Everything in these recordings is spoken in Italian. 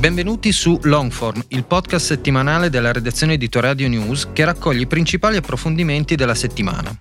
Benvenuti su Longform, il podcast settimanale della redazione di Toradio News che raccoglie i principali approfondimenti della settimana.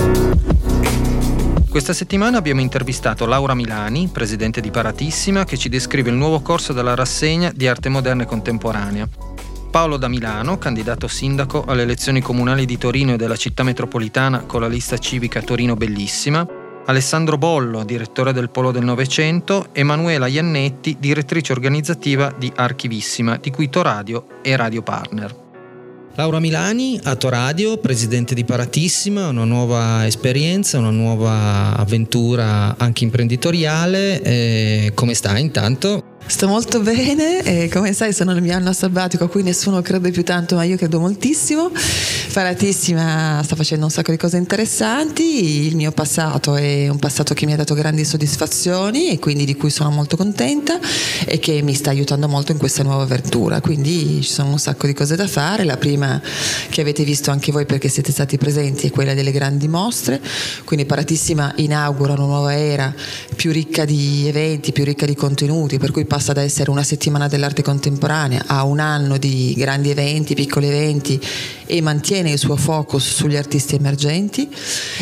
Questa settimana abbiamo intervistato Laura Milani, presidente di Paratissima, che ci descrive il nuovo corso della rassegna di arte moderna e contemporanea. Paolo da Milano, candidato sindaco alle elezioni comunali di Torino e della città metropolitana con la lista civica Torino Bellissima. Alessandro Bollo, direttore del Polo del Novecento, e Emanuela Iannetti, direttrice organizzativa di Archivissima, di cui Toradio è radio partner. Laura Milani, a Toradio, presidente di Paratissima, una nuova esperienza, una nuova avventura anche imprenditoriale. Come stai intanto? Sto molto bene e come sai sono nel mio anno sabbatico a cui nessuno crede più tanto, ma io credo moltissimo. Paratissima sta facendo un sacco di cose interessanti, il mio passato è un passato che mi ha dato grandi soddisfazioni e quindi di cui sono molto contenta e che mi sta aiutando molto in questa nuova avventura, quindi ci sono un sacco di cose da fare. La prima che avete visto anche voi perché siete stati presenti è quella delle grandi mostre, quindi Paratissima inaugura una nuova era più ricca di eventi, più ricca di contenuti, per cui passa da essere una settimana dell'arte contemporanea a un anno di grandi eventi, piccoli eventi, e mantiene il suo focus sugli artisti emergenti.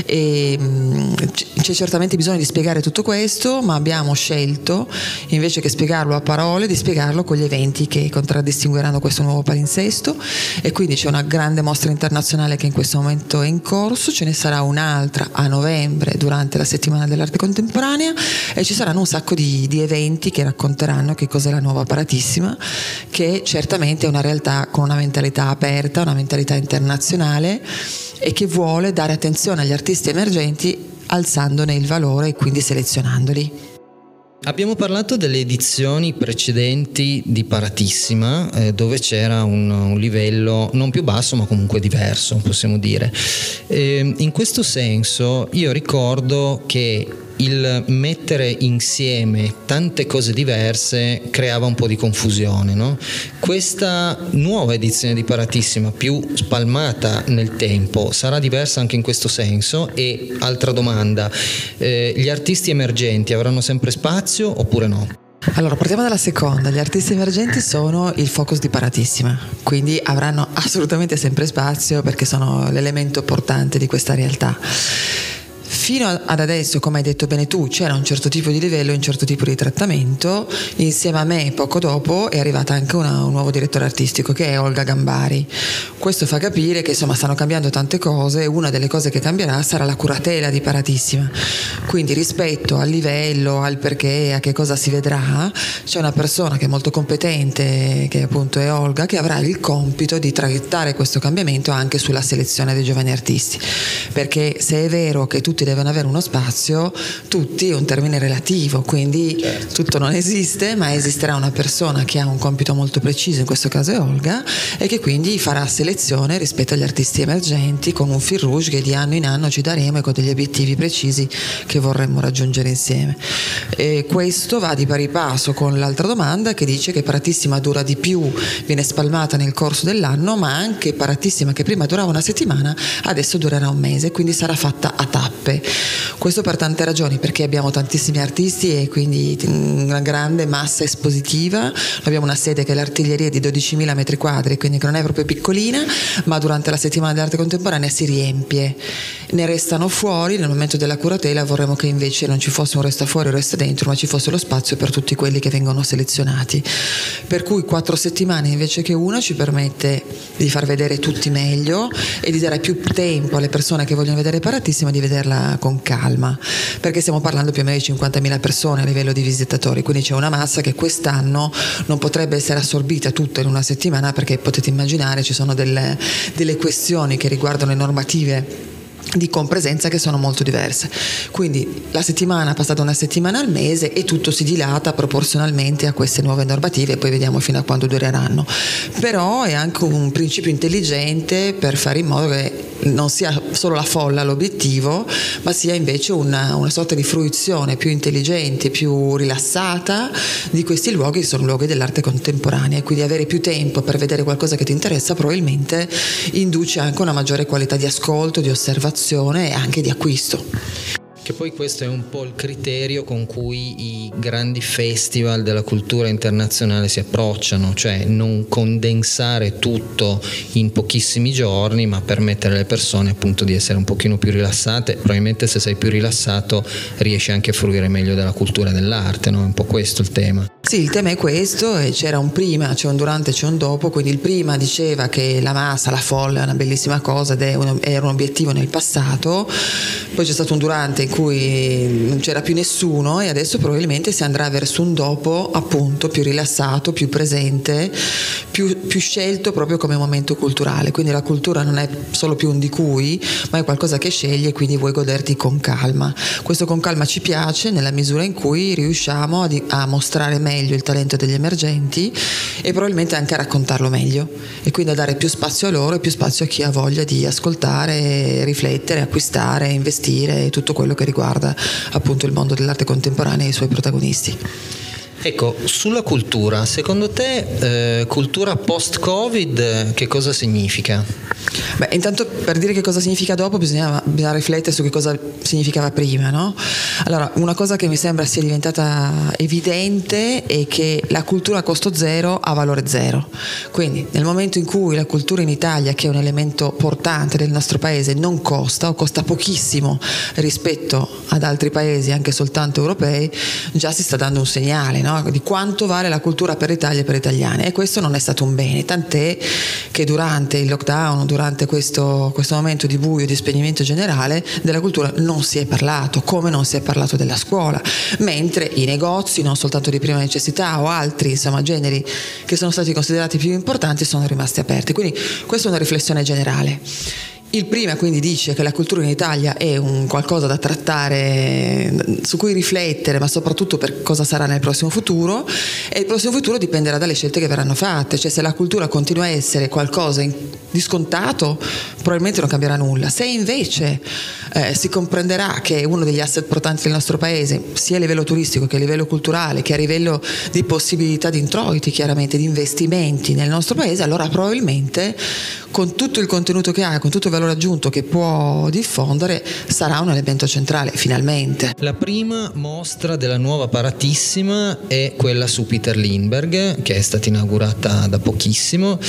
E c'è certamente bisogno di spiegare tutto questo, ma abbiamo scelto, invece che spiegarlo a parole, di spiegarlo con gli eventi che contraddistingueranno questo nuovo palinsesto. E quindi c'è una grande mostra internazionale che in questo momento è in corso, ce ne sarà un'altra a novembre durante la settimana dell'arte contemporanea e ci saranno un sacco di eventi che racconteranno che cos'è la nuova Paratissima, che certamente è una realtà con una mentalità aperta, una mentalità internazionale e che vuole dare attenzione agli artisti emergenti alzandone il valore e quindi selezionandoli. Abbiamo parlato delle edizioni precedenti di Paratissima, dove c'era un livello non più basso ma comunque diverso, possiamo dire. In questo senso io ricordo che il mettere insieme tante cose diverse creava un po' di confusione, no? Questa nuova edizione di Paratissima, più spalmata nel tempo, sarà diversa anche in questo senso? E altra domanda, gli artisti emergenti avranno sempre spazio oppure no? Allora, partiamo dalla seconda. Gli artisti emergenti sono il focus di Paratissima, quindi avranno assolutamente sempre spazio perché sono l'elemento portante di questa realtà. Fino ad adesso, come hai detto bene tu, c'era un certo tipo di livello, un certo tipo di trattamento. Insieme a me, poco dopo, è arrivata anche un nuovo direttore artistico che è Olga Gambari. Questo fa capire che insomma stanno cambiando tante cose. Una delle cose che cambierà sarà la curatela di Paratissima. Quindi rispetto al livello, al perché, a che cosa si vedrà, c'è una persona che è molto competente, che appunto è Olga, che avrà il compito di traghettare questo cambiamento anche sulla selezione dei giovani artisti. Perché se è vero che tutti devono avere uno spazio, tutti è un termine relativo, quindi tutto non esiste, ma esisterà una persona che ha un compito molto preciso, in questo caso è Olga, e che quindi farà selezione rispetto agli artisti emergenti con un fil rouge che di anno in anno ci daremo e con degli obiettivi precisi che vorremmo raggiungere insieme. E questo va di pari passo con l'altra domanda che dice che Paratissima dura di più, viene spalmata nel corso dell'anno, ma anche Paratissima che prima durava una settimana adesso durerà un mese, quindi sarà fatta a tappe. Questo per tante ragioni, perché abbiamo tantissimi artisti e quindi una grande massa espositiva. Abbiamo una sede che è l'Artiglieria di 12.000 metri quadri, quindi che non è proprio piccolina, ma durante la settimana dell'arte contemporanea si riempie. Ne restano fuori, nel momento della curatela vorremmo che invece non ci fosse un resta fuori o resta dentro, ma ci fosse lo spazio per tutti quelli che vengono selezionati. Per cui 4 settimane invece che una ci permette di far vedere tutti meglio e di dare più tempo alle persone che vogliono vedere Paratissima di vederla con calma, perché stiamo parlando più o meno di 50.000 persone a livello di visitatori, quindi c'è una massa che quest'anno non potrebbe essere assorbita tutta in una settimana, perché potete immaginare ci sono delle questioni che riguardano le normative di compresenza che sono molto diverse, quindi la settimana passa da una settimana al mese e tutto si dilata proporzionalmente a queste nuove normative e poi vediamo fino a quando dureranno. Però è anche un principio intelligente per fare in modo che non sia solo la folla l'obiettivo, ma sia invece una sorta di fruizione più intelligente, più rilassata di questi luoghi che sono luoghi dell'arte contemporanea, e quindi avere più tempo per vedere qualcosa che ti interessa probabilmente induce anche una maggiore qualità di ascolto, di osservazione e anche di acquisto. Che poi questo è un po' il criterio con cui i grandi festival della cultura internazionale si approcciano, cioè non condensare tutto in pochissimi giorni, ma permettere alle persone appunto di essere un pochino più rilassate. Probabilmente se sei più rilassato riesci anche a fruire meglio della cultura e dell'arte, no? È un po' questo il tema. Sì, il tema è questo, e c'era un prima, c'è un durante, c'è un dopo. Quindi il prima diceva che la massa, la folla è una bellissima cosa ed era un obiettivo nel passato, poi c'è stato un durante in cui non c'era più nessuno, e adesso probabilmente si andrà verso un dopo appunto più rilassato, più presente, più scelto proprio come momento culturale. Quindi la cultura non è solo più un di cui, ma è qualcosa che scegli, e quindi vuoi goderti con calma. Questo con calma ci piace nella misura in cui riusciamo a mostrare meglio il talento degli emergenti e probabilmente anche a raccontarlo meglio, e quindi a dare più spazio a loro e più spazio a chi ha voglia di ascoltare, riflettere, acquistare, investire, tutto quello che riguarda appunto il mondo dell'arte contemporanea e i suoi protagonisti. Ecco, sulla cultura, secondo te cultura post-Covid che cosa significa? Beh, intanto per dire che cosa significa dopo bisogna riflettere su che cosa significava prima, no? Allora, una cosa che mi sembra sia diventata evidente è che la cultura a costo zero ha valore zero. Quindi nel momento in cui la cultura in Italia, che è un elemento portante del nostro paese, non costa o costa pochissimo rispetto ad altri paesi, anche soltanto europei, già si sta dando un segnale, no? Di quanto vale la cultura per l'Italia e per gli italiani, e questo non è stato un bene, tant'è che durante il lockdown, durante questo momento di buio, di spegnimento generale, della cultura non si è parlato, come non si è parlato della scuola, mentre i negozi, non soltanto di prima necessità o altri insomma generi che sono stati considerati più importanti, sono rimasti aperti. Quindi questa è una riflessione generale. Il prima quindi dice che la cultura in Italia è un qualcosa da trattare, su cui riflettere, ma soprattutto per cosa sarà nel prossimo futuro, e il prossimo futuro dipenderà dalle scelte che verranno fatte. Cioè, se la cultura continua a essere qualcosa di scontato, probabilmente non cambierà nulla. Se invece si comprenderà che è uno degli asset portanti del nostro paese, sia a livello turistico che a livello culturale, che a livello di possibilità di introiti, chiaramente di investimenti nel nostro paese, allora probabilmente con tutto il contenuto che ha, con tutto il valore aggiunto che può diffondere, sarà un elemento centrale, finalmente. La prima mostra della nuova Paratissima è quella su Peter Lindbergh, che è stata inaugurata da pochissimo.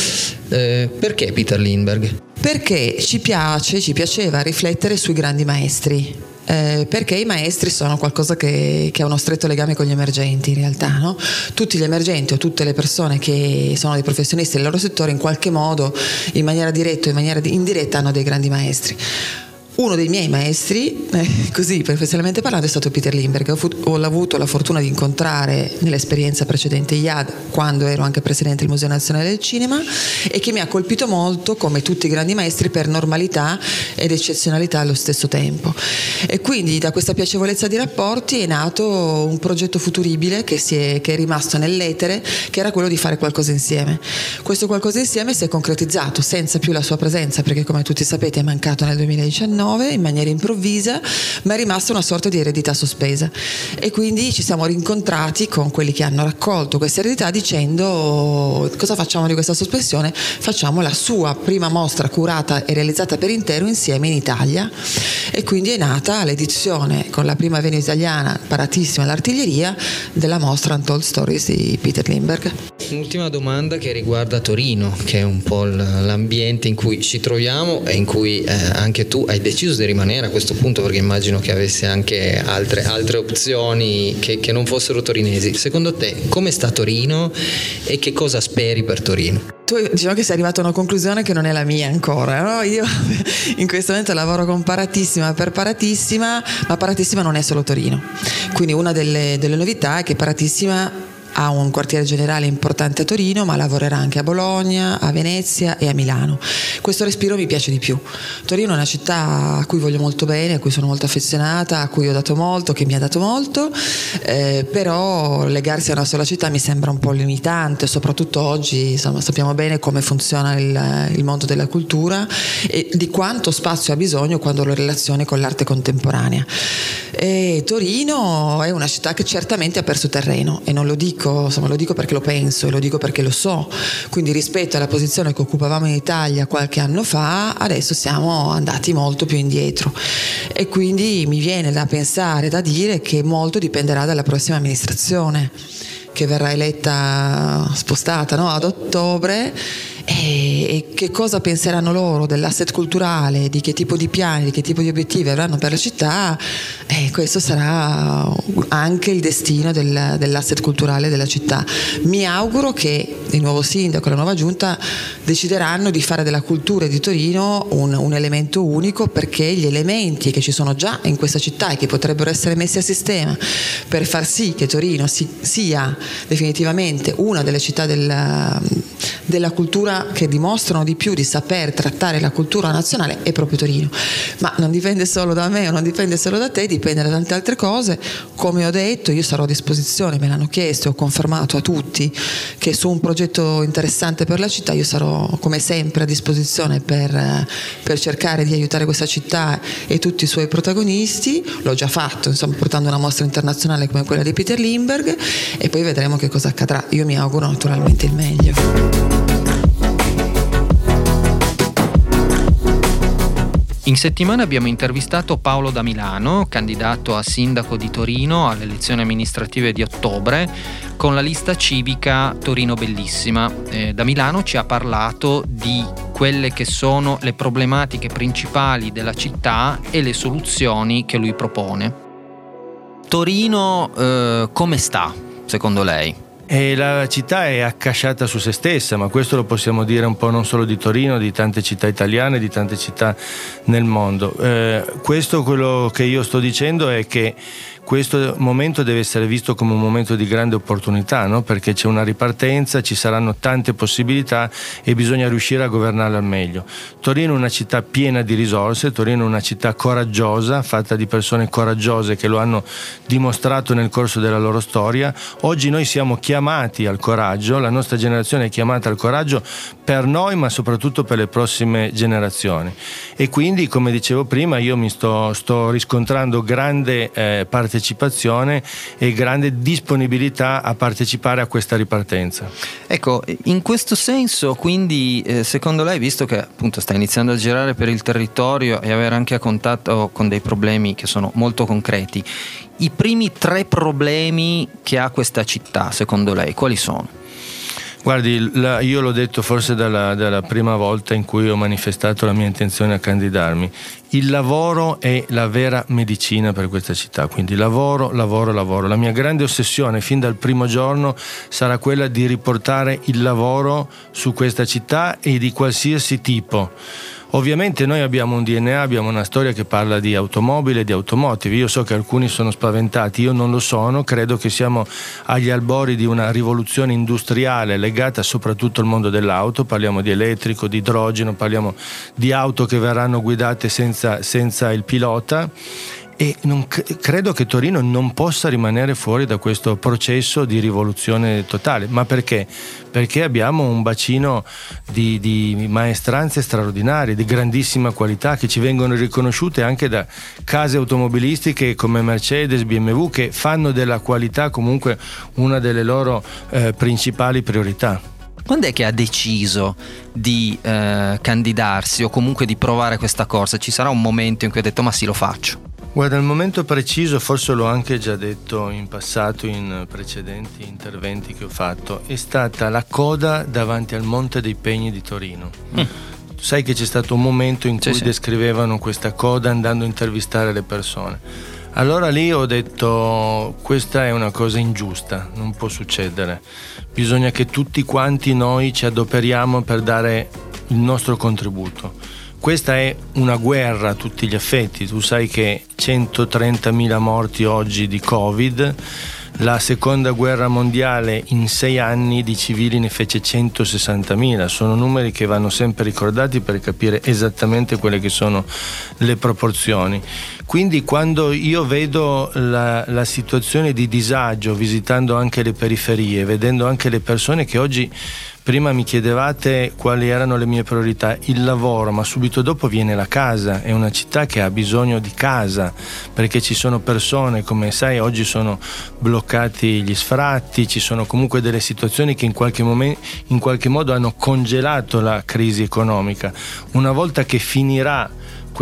Perché Peter Lindbergh? Perché ci piaceva riflettere sui grandi maestri. Perché i maestri sono qualcosa che ha uno stretto legame con gli emergenti, in realtà, no? Tutti gli emergenti o tutte le persone che sono dei professionisti del loro settore, in qualche modo, in maniera diretta o in maniera indiretta, hanno dei grandi maestri. Uno dei miei maestri, così professionalmente parlando, è stato Peter Lindbergh. Ho avuto la fortuna di incontrare nell'esperienza precedente IAD, quando ero anche presidente del Museo Nazionale del Cinema, e che mi ha colpito molto, come tutti i grandi maestri, per normalità ed eccezionalità allo stesso tempo. E quindi da questa piacevolezza di rapporti è nato un progetto futuribile che è rimasto nell'etere, che era quello di fare qualcosa insieme. Questo qualcosa insieme si è concretizzato senza più la sua presenza, perché come tutti sapete è mancato nel 2019 in maniera improvvisa, ma è rimasta una sorta di eredità sospesa, e quindi ci siamo rincontrati con quelli che hanno raccolto questa eredità dicendo: cosa facciamo di questa sospensione? Facciamo la sua prima mostra curata e realizzata per intero insieme in Italia, e quindi è nata l'edizione con la prima venue italiana Paratissima all'Artiglieria della mostra Untold Stories di Peter Lindbergh. Un'ultima domanda che riguarda Torino, che è un po' l'ambiente in cui ci troviamo e in cui anche tu hai deciso di rimanere a questo punto, perché immagino che avessi anche altre opzioni che non fossero torinesi. Secondo te come sta Torino e che cosa speri per Torino? Tu diciamo che sei arrivato a una conclusione che non è la mia ancora, no? Io in questo momento lavoro con Paratissima per Paratissima, ma Paratissima non è solo Torino. Quindi una delle novità è che Paratissima ha un quartiere generale importante a Torino, ma lavorerà anche a Bologna, a Venezia e a Milano. Questo respiro mi piace di più. Torino è una città a cui voglio molto bene, a cui sono molto affezionata, a cui ho dato molto, che mi ha dato molto, però legarsi a una sola città mi sembra un po' limitante, soprattutto oggi. Insomma, sappiamo bene come funziona il mondo della cultura e di quanto spazio ha bisogno quando lo relazioni con l'arte contemporanea. E Torino è una città che certamente ha perso terreno, e non lo dico dico perché lo penso e lo dico perché lo so. Quindi rispetto alla posizione che occupavamo in Italia qualche anno fa, adesso siamo andati molto più indietro, e quindi mi viene da pensare, da dire che molto dipenderà dalla prossima amministrazione, che verrà eletta, spostata, no, ad ottobre, e che cosa penseranno loro dell'asset culturale, di che tipo di piani, di che tipo di obiettivi avranno per la città. Questo sarà anche il destino dell'asset culturale della città. Mi auguro che il nuovo sindaco e la nuova giunta decideranno di fare della cultura di Torino un elemento unico, perché gli elementi che ci sono già in questa città e che potrebbero essere messi a sistema per far sì che Torino sia definitivamente una delle città della cultura che dimostrano di più di saper trattare la cultura nazionale è proprio Torino. Ma non dipende solo da me o non dipende solo da te, dipende da tante altre cose. Come ho detto, io sarò a disposizione, me l'hanno chiesto, ho confermato a tutti che su un progetto interessante per la città io sarò come sempre a disposizione per cercare di aiutare questa città e tutti i suoi protagonisti. L'ho già fatto, insomma, portando una mostra internazionale come quella di Peter Lindbergh, e poi vedremo che cosa accadrà. Io mi auguro naturalmente il meglio. In settimana abbiamo intervistato Paolo da Milano, candidato a sindaco di Torino alle elezioni amministrative di ottobre con la lista civica Torino Bellissima. Da Milano ci ha parlato di quelle che sono le problematiche principali della città e le soluzioni che lui propone. Torino come sta, secondo lei? E la città è accasciata su se stessa, ma questo lo possiamo dire un po' non solo di Torino, di tante città italiane, di tante città nel mondo. Questo, quello che io sto dicendo è che questo momento deve essere visto come un momento di grande opportunità, no? Perché c'è una ripartenza, ci saranno tante possibilità e bisogna riuscire a governarla al meglio. Torino è una città piena di risorse, Torino è una città coraggiosa, fatta di persone coraggiose che lo hanno dimostrato nel corso della loro storia. Oggi noi siamo chiamati al coraggio, la nostra generazione è chiamata al coraggio per noi, ma soprattutto per le prossime generazioni. E quindi, come dicevo prima, io mi sto riscontrando grande partecipazione e grande disponibilità a partecipare a questa ripartenza. Ecco, in questo senso, quindi, secondo lei, visto che appunto sta iniziando a girare per il territorio e avere anche a contatto con dei problemi che sono molto concreti, i primi 3 problemi che ha questa città, secondo lei, quali sono? Guardi, io l'ho detto forse dalla prima volta in cui ho manifestato la mia intenzione a candidarmi. Il lavoro è la vera medicina per questa città, quindi lavoro. La mia grande ossessione fin dal primo giorno sarà quella di riportare il lavoro su questa città e di qualsiasi tipo. Ovviamente noi abbiamo un DNA, abbiamo una storia che parla di automobile e di automotive. Io so che alcuni sono spaventati, io non lo sono, credo che siamo agli albori di una rivoluzione industriale legata soprattutto al mondo dell'auto. Parliamo di elettrico, di idrogeno, parliamo di auto che verranno guidate senza il pilota. E credo che Torino non possa rimanere fuori da questo processo di rivoluzione totale. Ma perché? Perché abbiamo un bacino di maestranze straordinarie, di grandissima qualità, che ci vengono riconosciute anche da case automobilistiche come Mercedes, BMW, che fanno della qualità comunque una delle loro principali priorità. Quando è che ha deciso di candidarsi o comunque di provare questa corsa? Ci sarà un momento in cui ha detto ma sì, lo faccio? Guarda, il momento preciso, forse l'ho anche già detto in passato in precedenti interventi che ho fatto, è stata la coda davanti al Monte dei Pegni di Torino. Sai che c'è stato un momento in cui descrivevano questa coda andando a intervistare le persone. Allora lì ho detto: questa è una cosa ingiusta, non può succedere. Bisogna che tutti quanti noi ci adoperiamo per dare il nostro contributo. Questa è una guerra a tutti gli effetti. Tu sai che 130.000 morti oggi di Covid, la seconda guerra mondiale in 6 anni di civili ne fece 160.000. Sono numeri che vanno sempre ricordati per capire esattamente quelle che sono le proporzioni. Quindi quando io vedo la situazione di disagio, visitando anche le periferie, vedendo anche le persone che oggi, prima mi chiedevate quali erano le mie priorità, il lavoro, ma subito dopo viene la casa. È una città che ha bisogno di casa, perché ci sono persone, come sai, oggi sono bloccati gli sfratti, ci sono comunque delle situazioni che in qualche modo hanno congelato la crisi economica. Una volta che finirà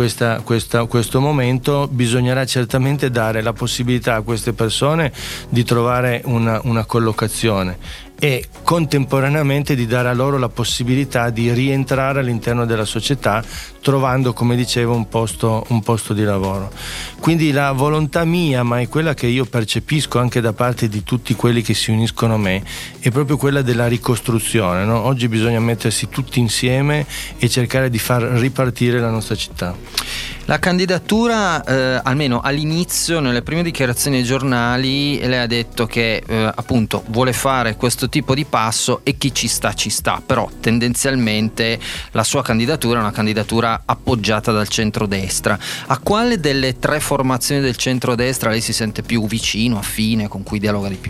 questo momento, bisognerà certamente dare la possibilità a queste persone di trovare una collocazione e contemporaneamente di dare a loro la possibilità di rientrare all'interno della società, trovando, come dicevo, un posto di lavoro. Quindi la volontà mia, ma è quella che io percepisco anche da parte di tutti quelli che si uniscono a me, è proprio quella della ricostruzione, no? Oggi bisogna mettersi tutti insieme e cercare di far ripartire la nostra città. La candidatura, almeno all'inizio, nelle prime dichiarazioni ai giornali, lei ha detto che appunto vuole fare questo tipo di passo e chi ci sta, però tendenzialmente la sua candidatura è una candidatura appoggiata dal centrodestra. A quale delle tre formazioni del centrodestra lei si sente più vicino, affine, con cui dialoga di più?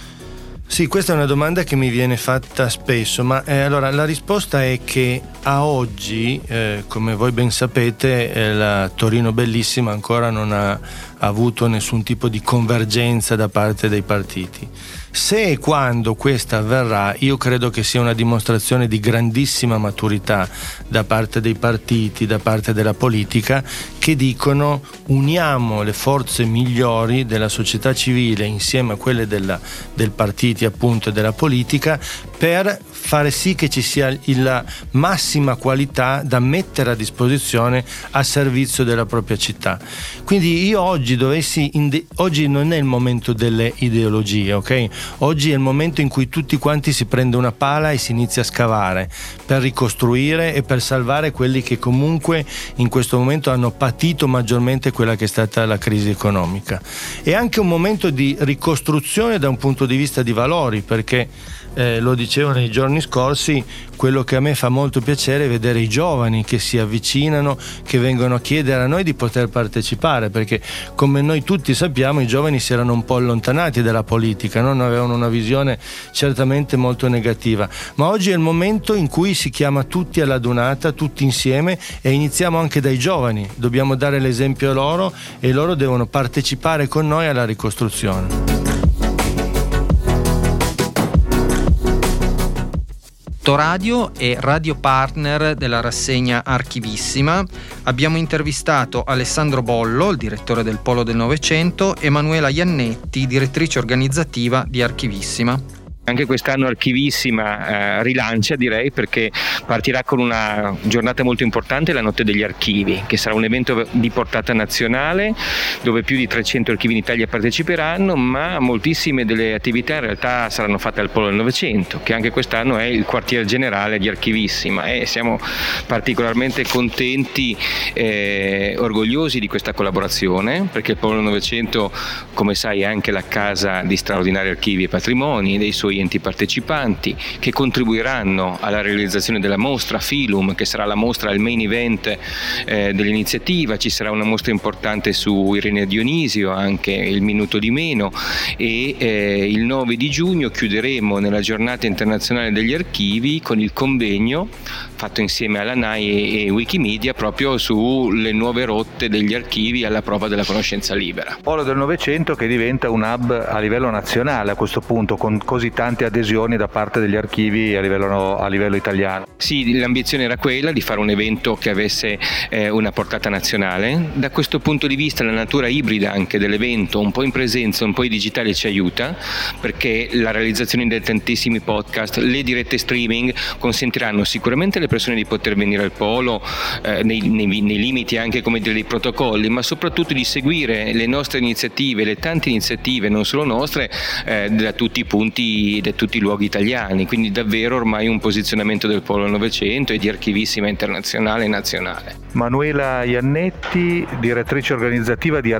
Sì, questa è una domanda che mi viene fatta spesso, ma allora la risposta è che a oggi, come voi ben sapete, la Torino Bellissima ancora non ha avuto nessun tipo di convergenza da parte dei partiti. Se e quando questa avverrà, io credo che sia una dimostrazione di grandissima maturità da parte dei partiti, da parte della politica, che dicono: uniamo le forze migliori della società civile insieme a quelle del partiti, appunto, e della politica, per fare sì che ci sia la massima qualità da mettere a disposizione a servizio della propria città. Quindi io oggi oggi non è il momento delle ideologie, ok? Oggi è il momento in cui tutti quanti si prende una pala e si inizia a scavare per ricostruire e per salvare quelli che comunque in questo momento hanno patito maggiormente quella che è stata la crisi economica. È anche un momento di ricostruzione da un punto di vista di valori, perché lo dicevo nei giorni scorsi, quello che a me fa molto piacere è vedere i giovani che si avvicinano, che vengono a chiedere a noi di poter partecipare, perché come noi tutti sappiamo i giovani si erano un po' allontanati dalla politica, non avevano una visione certamente molto negativa, ma oggi è il momento in cui si chiama tutti alla adunata, tutti insieme, e iniziamo anche dai giovani. Dobbiamo dare l'esempio a loro e loro devono partecipare con noi alla ricostruzione. Radio e radio partner della rassegna Archivissima. Abbiamo intervistato Alessandro Bollo, il direttore del Polo del Novecento, e Manuela Iannetti, direttrice organizzativa di Archivissima. Anche quest'anno Archivissima rilancia, direi, perché partirà con una giornata molto importante, la Notte degli Archivi, che sarà un evento di portata nazionale dove più di 300 archivi in Italia parteciperanno, ma moltissime delle attività in realtà saranno fatte al Polo del Novecento, che anche quest'anno è il quartier generale di Archivissima, e siamo particolarmente contenti e orgogliosi di questa collaborazione, perché il Polo del Novecento, come sai, è anche la casa di straordinari archivi e patrimoni dei suoi enti partecipanti, che contribuiranno alla realizzazione della mostra Filum, che sarà la mostra, il main event dell'iniziativa. Ci sarà una mostra importante su Irene Dionisio, anche il minuto di meno, e il 9 di giugno chiuderemo nella giornata internazionale degli archivi con il convegno fatto insieme alla NAI e Wikimedia proprio sulle nuove rotte degli archivi alla prova della conoscenza libera. Polo del Novecento che diventa un hub a livello nazionale a questo punto, con così tante adesioni da parte degli archivi a livello italiano. Sì, l'ambizione era quella di fare un evento che avesse una portata nazionale. Da questo punto di vista la natura ibrida anche dell'evento, un po' in presenza, un po' in digitale, ci aiuta, perché la realizzazione di tantissimi podcast, le dirette streaming consentiranno sicuramente alle persone di poter venire al Polo nei limiti anche, come dire, dei protocolli, ma soprattutto di seguire le nostre iniziative, le tante iniziative non solo nostre da tutti i punti, da tutti i luoghi italiani. Quindi davvero ormai un posizionamento del Polo Novecento e di Archivissima internazionale e nazionale. Manuela Iannetti, direttrice organizzativa di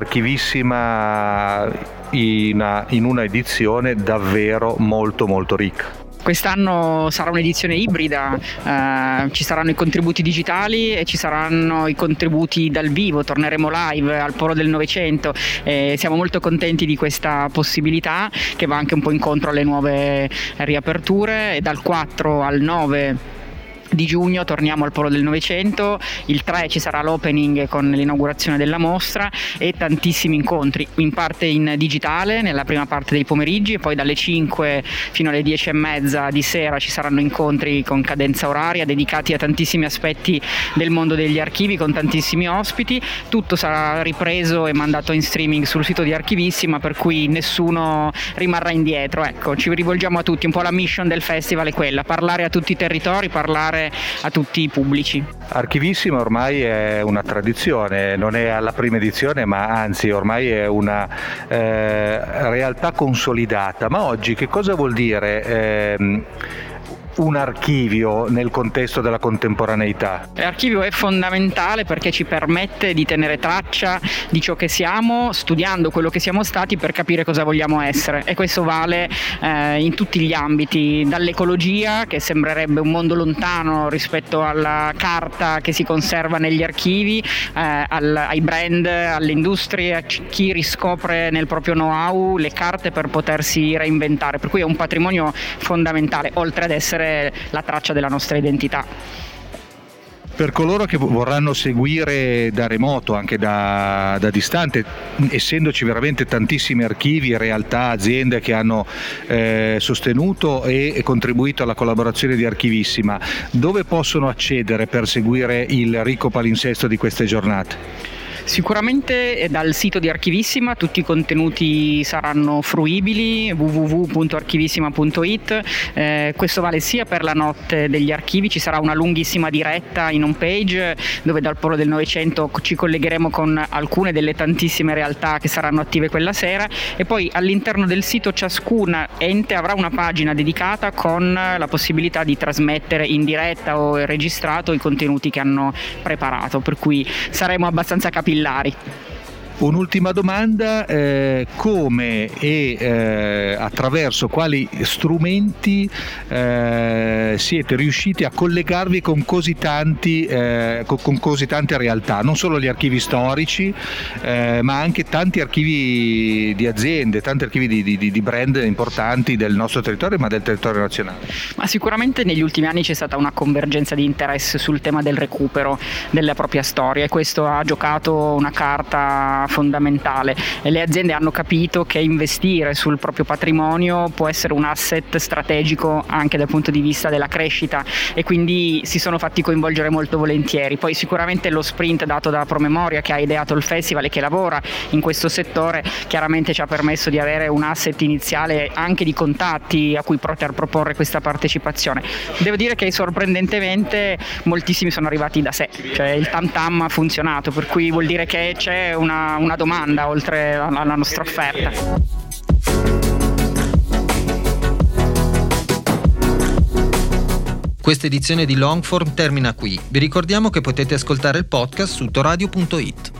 Archivissima, in una edizione davvero molto molto ricca. Quest'anno sarà un'edizione ibrida, ci saranno i contributi digitali e ci saranno i contributi dal vivo, torneremo live al Polo del Novecento, siamo molto contenti di questa possibilità che va anche un po' incontro alle nuove riaperture, e dal 4 al 9 di giugno torniamo al Polo del Novecento. Il 3 ci sarà l'opening con l'inaugurazione della mostra e tantissimi incontri, in parte in digitale nella prima parte dei pomeriggi, e poi dalle 5 fino alle 10:30 di sera ci saranno incontri con cadenza oraria dedicati a tantissimi aspetti del mondo degli archivi, con tantissimi ospiti. Tutto sarà ripreso e mandato in streaming sul sito di Archivissima, per cui nessuno rimarrà indietro. Ecco, ci rivolgiamo a tutti, un po' la mission del festival è quella: parlare a tutti i territori, parlare a tutti i pubblici. Archivissima ormai è una tradizione, non è alla prima edizione, ma anzi ormai è una realtà consolidata. Ma oggi che cosa vuol dire un archivio nel contesto della contemporaneità? L'archivio è fondamentale perché ci permette di tenere traccia di ciò che siamo, studiando quello che siamo stati per capire cosa vogliamo essere, e questo vale in tutti gli ambiti, dall'ecologia, che sembrerebbe un mondo lontano rispetto alla carta che si conserva negli archivi, ai brand, alle industrie, a chi riscopre nel proprio know-how le carte per potersi reinventare, per cui è un patrimonio fondamentale, oltre ad essere la traccia della nostra identità. Per coloro che vorranno seguire da remoto, anche da distante, essendoci veramente tantissimi archivi, realtà, aziende che hanno sostenuto e contribuito alla collaborazione di Archivissima, dove possono accedere per seguire il ricco palinsesto di queste giornate? Sicuramente dal sito di Archivissima tutti i contenuti saranno fruibili, www.archivissima.it. Questo vale sia per la notte degli archivi, ci sarà una lunghissima diretta in home page dove dal Polo del Novecento ci collegheremo con alcune delle tantissime realtà che saranno attive quella sera, e poi all'interno del sito ciascun ente avrà una pagina dedicata con la possibilità di trasmettere in diretta o registrato i contenuti che hanno preparato, per cui saremo abbastanza capillari. Un'ultima domanda, come e attraverso quali strumenti siete riusciti a collegarvi con così tante realtà, non solo gli archivi storici, ma anche tanti archivi di aziende, tanti archivi di brand importanti del nostro territorio, ma del territorio nazionale? Ma sicuramente negli ultimi anni c'è stata una convergenza di interesse sul tema del recupero della propria storia, e questo ha giocato una carta fondamentale, e le aziende hanno capito che investire sul proprio patrimonio può essere un asset strategico anche dal punto di vista della crescita, e quindi si sono fatti coinvolgere molto volentieri. Poi sicuramente lo sprint dato da Promemoria, che ha ideato il festival e che lavora in questo settore, chiaramente ci ha permesso di avere un asset iniziale anche di contatti a cui poter proporre questa partecipazione. Devo dire che sorprendentemente moltissimi sono arrivati da sé, cioè il tam tam ha funzionato, per cui vuol dire che c'è una domanda oltre alla nostra offerta. Questa edizione di Longform termina qui. Vi ricordiamo che potete ascoltare il podcast su toradio.it.